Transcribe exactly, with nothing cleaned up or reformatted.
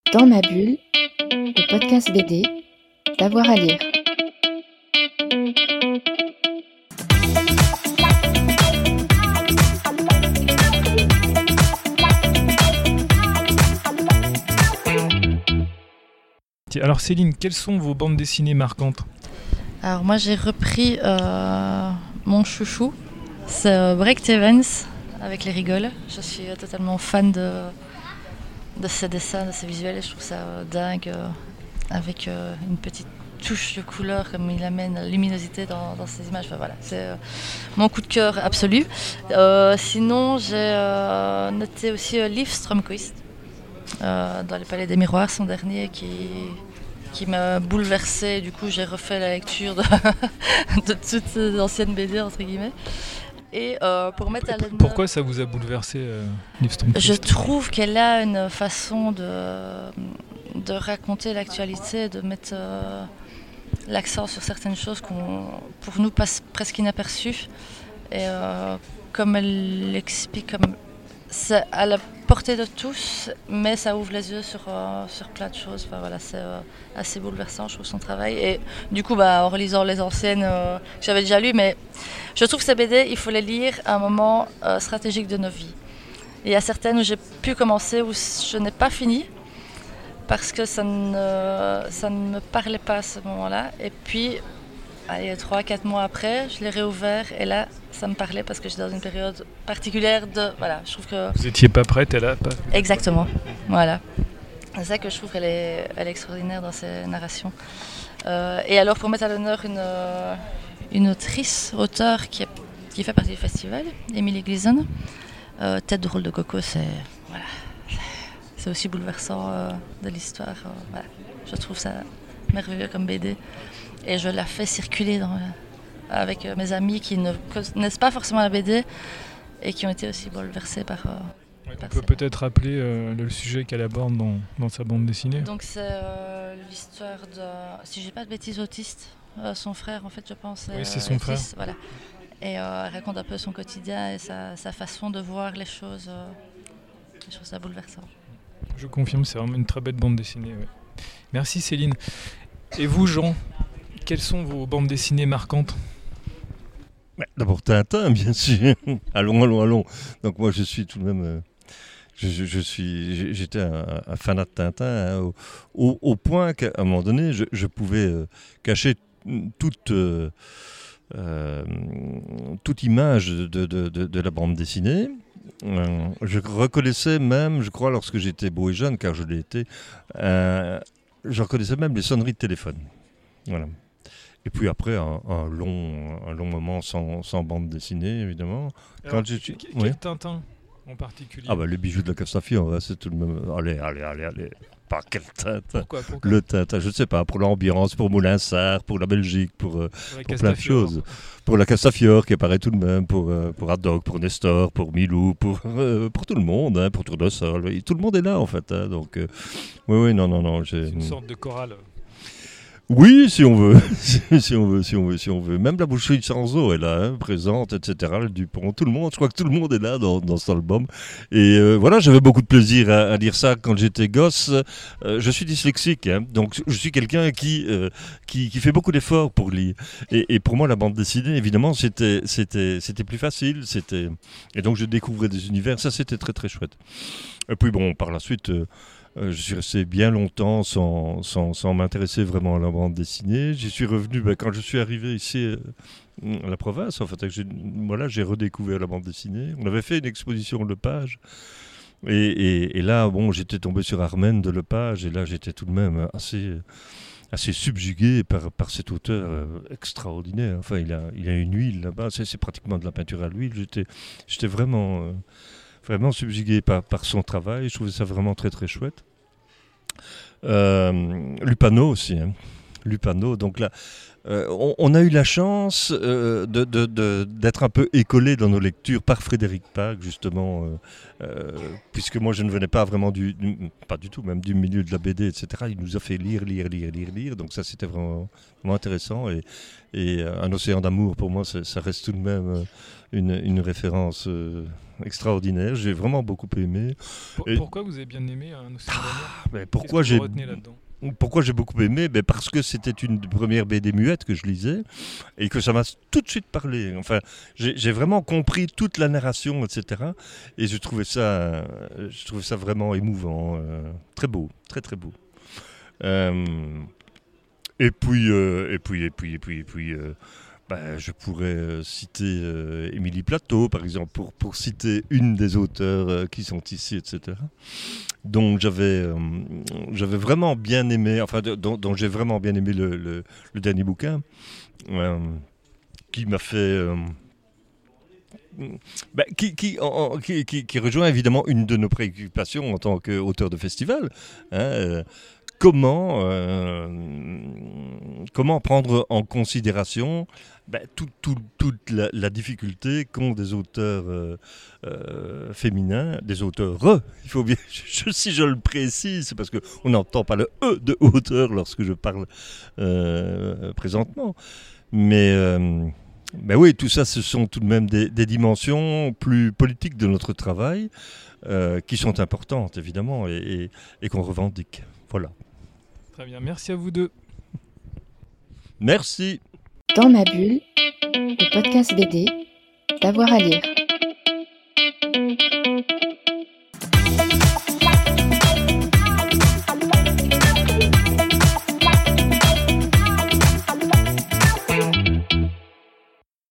Dans ma bulle, le podcast B D, d'avoir à lire. Alors Céline, quelles sont vos bandes dessinées marquantes ? Alors moi j'ai repris euh, mon chouchou, c'est euh, Bret Evans avec les rigoles. Je suis euh, totalement fan de, de ses dessins, de ses visuels et je trouve ça euh, dingue euh, avec euh, une petite touche de couleur comme il amène la luminosité dans, dans ses images. Enfin, voilà, c'est euh, mon coup de cœur absolu. Euh, sinon j'ai euh, noté aussi euh, Liv Strömquist euh, dans Les Palais des Miroirs, son dernier qui... qui m'a bouleversée. Du coup, j'ai refait la lecture de, de toutes ces anciennes B D, entre guillemets. Et euh, pour mettre à l'honneur... Pourquoi ça vous a bouleversé, euh, Liv Strömquist ? Je trouve qu'elle a une façon de, de raconter l'actualité, de mettre euh, l'accent sur certaines choses qu'on, pour nous, passent presque inaperçues. Et euh, comme elle l'explique, comme c'est à la portée de tous, mais ça ouvre les yeux sur, euh, sur plein de choses. Enfin, voilà, c'est euh, assez bouleversant, je trouve, son travail. Et du coup, bah, en relisant les anciennes, euh, que j'avais déjà lues, mais je trouve que ces B D, il faut les lire à un moment euh, stratégique de nos vies. Et il y a certaines où j'ai pu commencer, où je n'ai pas fini, parce que ça ne, ça ne me parlait pas à ce moment-là. Et puis, allez, trois, quatre mois après, je l'ai réouvert, et là, ça me parlait parce que j'étais dans une période particulière de... Voilà, je trouve que... Vous n'étiez pas prête, elle a pas... Exactement, voilà. C'est ça que je trouve qu'elle est, elle est extraordinaire dans ses narrations. Euh, et alors, pour mettre à l'honneur une, euh, une autrice, auteure qui, est, qui fait partie du festival, Emily Gleason, euh, Tête de rôle de Coco, c'est... Voilà, c'est aussi bouleversant euh, de l'histoire. Euh, voilà. Je trouve ça merveilleux comme B D. Et je la fais circuler dans... avec mes amis qui ne connaissent pas forcément la B D et qui ont été aussi bouleversés par... Euh, ouais, par on peut peut-être rappeler euh, le sujet qu'elle aborde dans, dans sa bande dessinée. Donc c'est euh, l'histoire de... Si je dis pas de bêtises, autiste. Euh, son frère, en fait, je pense. Oui, c'est euh, son frère. Voilà. Et euh, elle raconte un peu son quotidien et sa, sa façon de voir les choses. Euh, je trouve ça bouleversant. Je confirme, c'est vraiment une très belle bande dessinée. Ouais. Merci Céline. Et vous, Jean, quelles sont vos bandes dessinées marquantes ? D'abord Tintin, bien sûr. allons, allons, allons. Donc moi, je suis tout de même... Euh, je, je, je suis, j'étais un, un fanat de Tintin, hein, au, au, au point qu'à un moment donné, je, je pouvais euh, cacher toute, euh, euh, toute image de, de, de, de la bande dessinée. Euh, je reconnaissais même, je crois, lorsque j'étais beau et jeune, car je l'ai été, euh, je reconnaissais même les sonneries de téléphone. Voilà. Et puis après, un, un, long, un long moment sans, sans bande dessinée, évidemment. Alors, Quand je... Quel oui. Tintin en particulier ? Ah bah les bijoux de la Castafiore, hein, c'est tout le même... Allez, allez, allez, allez. Pas quel Tintin. Pourquoi, pourquoi Le Tintin, je ne sais pas, pour l'ambiance, pour Moulinsart, pour la Belgique, pour, euh, pour, pour plein de choses. Pour la Castafiore, qui apparaît tout de même, pour, euh, pour Haddock, pour Nestor, pour Milou, pour, euh, pour tout le monde, hein, pour Tournesol. Tout le monde est là, en fait. Hein, donc, euh, oui, oui, non, non, non. J'ai... C'est une sorte de chorale. Oui, si on veut, si on veut, si on veut, si on veut. Même la boucherie de Sanzo est là, hein, présente, et cetera. Le Dupont, tout le monde, je crois que tout le monde est là dans, dans cet album. Et euh, voilà, j'avais beaucoup de plaisir à, à lire ça quand j'étais gosse. Euh, je suis dyslexique, hein, donc je suis quelqu'un qui, euh, qui qui fait beaucoup d'efforts pour lire. Et, et pour moi, la bande dessinée, évidemment, c'était c'était c'était plus facile. C'était et donc je découvrais des univers. Ça, c'était très très chouette. Et puis bon, par la suite. Euh, Euh, je suis resté bien longtemps sans, sans, sans m'intéresser vraiment à la bande dessinée. J'y suis revenu ben, quand je suis arrivé ici euh, à la province. En fait, j'ai, voilà, j'ai redécouvert la bande dessinée. On avait fait une exposition Lepage. Et, et, et là, bon, j'étais tombé sur Armène de Lepage. Et là, j'étais tout de même assez, assez subjugué par, par cet auteur euh, extraordinaire. Enfin, il a, il a une huile là-bas. C'est, c'est pratiquement de la peinture à l'huile. J'étais, j'étais vraiment... Euh, vraiment subjugué par, par son travail. Je trouvais ça vraiment très très chouette. Euh, Lupano aussi. Hein. Lupano. Donc là, euh, on, on a eu la chance euh, de, de, de, d'être un peu écolé dans nos lectures par Frédéric Pâques, justement, euh, euh, puisque moi je ne venais pas vraiment du, du, pas du tout, même du milieu de la B D, et cetera. Il nous a fait lire, lire, lire, lire, lire. Donc ça, c'était vraiment, vraiment intéressant. Et, et euh, Un océan d'amour, pour moi, ça, ça reste tout de même une, une référence euh, extraordinaire. J'ai vraiment beaucoup aimé. Pour, et... Pourquoi vous avez bien aimé Un océan d'amour ah, mais pourquoi Qu'est-ce que j'ai vous retenez là-dedans? Pourquoi j'ai beaucoup aimé? Ben parce que c'était une première B D muette que je lisais et que ça m'a tout de suite parlé. Enfin, j'ai, j'ai vraiment compris toute la narration, et cetera. Et je trouvais ça, je trouvais ça vraiment émouvant, euh, très beau, très très beau. Euh, et puis, euh, et puis, et puis, et puis, et puis. Euh, Ben, je pourrais euh, citer euh, Émilie Plateau, par exemple, pour, pour citer une des auteurs euh, qui sont ici, et cetera. Donc j'avais, euh, j'avais vraiment bien aimé, enfin, de, dont, dont j'ai vraiment bien aimé le, le, le dernier bouquin, euh, qui m'a fait... Euh, ben, qui, qui, en, qui, qui, qui rejoint évidemment une de nos préoccupations en tant qu'auteur de festival. Hein, euh, Comment, euh, comment prendre en considération ben, tout, tout, toute la, la difficulté qu'ont des auteurs euh, euh, féminins, des auteurs, il faut bien, je, si je le précise, c'est parce qu'on n'entend pas le E de auteur lorsque je parle euh, présentement. Mais euh, ben oui, tout ça, ce sont tout de même des, des dimensions plus politiques de notre travail euh, qui sont importantes, évidemment, et, et, et qu'on revendique. Voilà. Très bien, merci à vous deux. Merci. Dans ma bulle, le podcast B D, d'avoir à lire.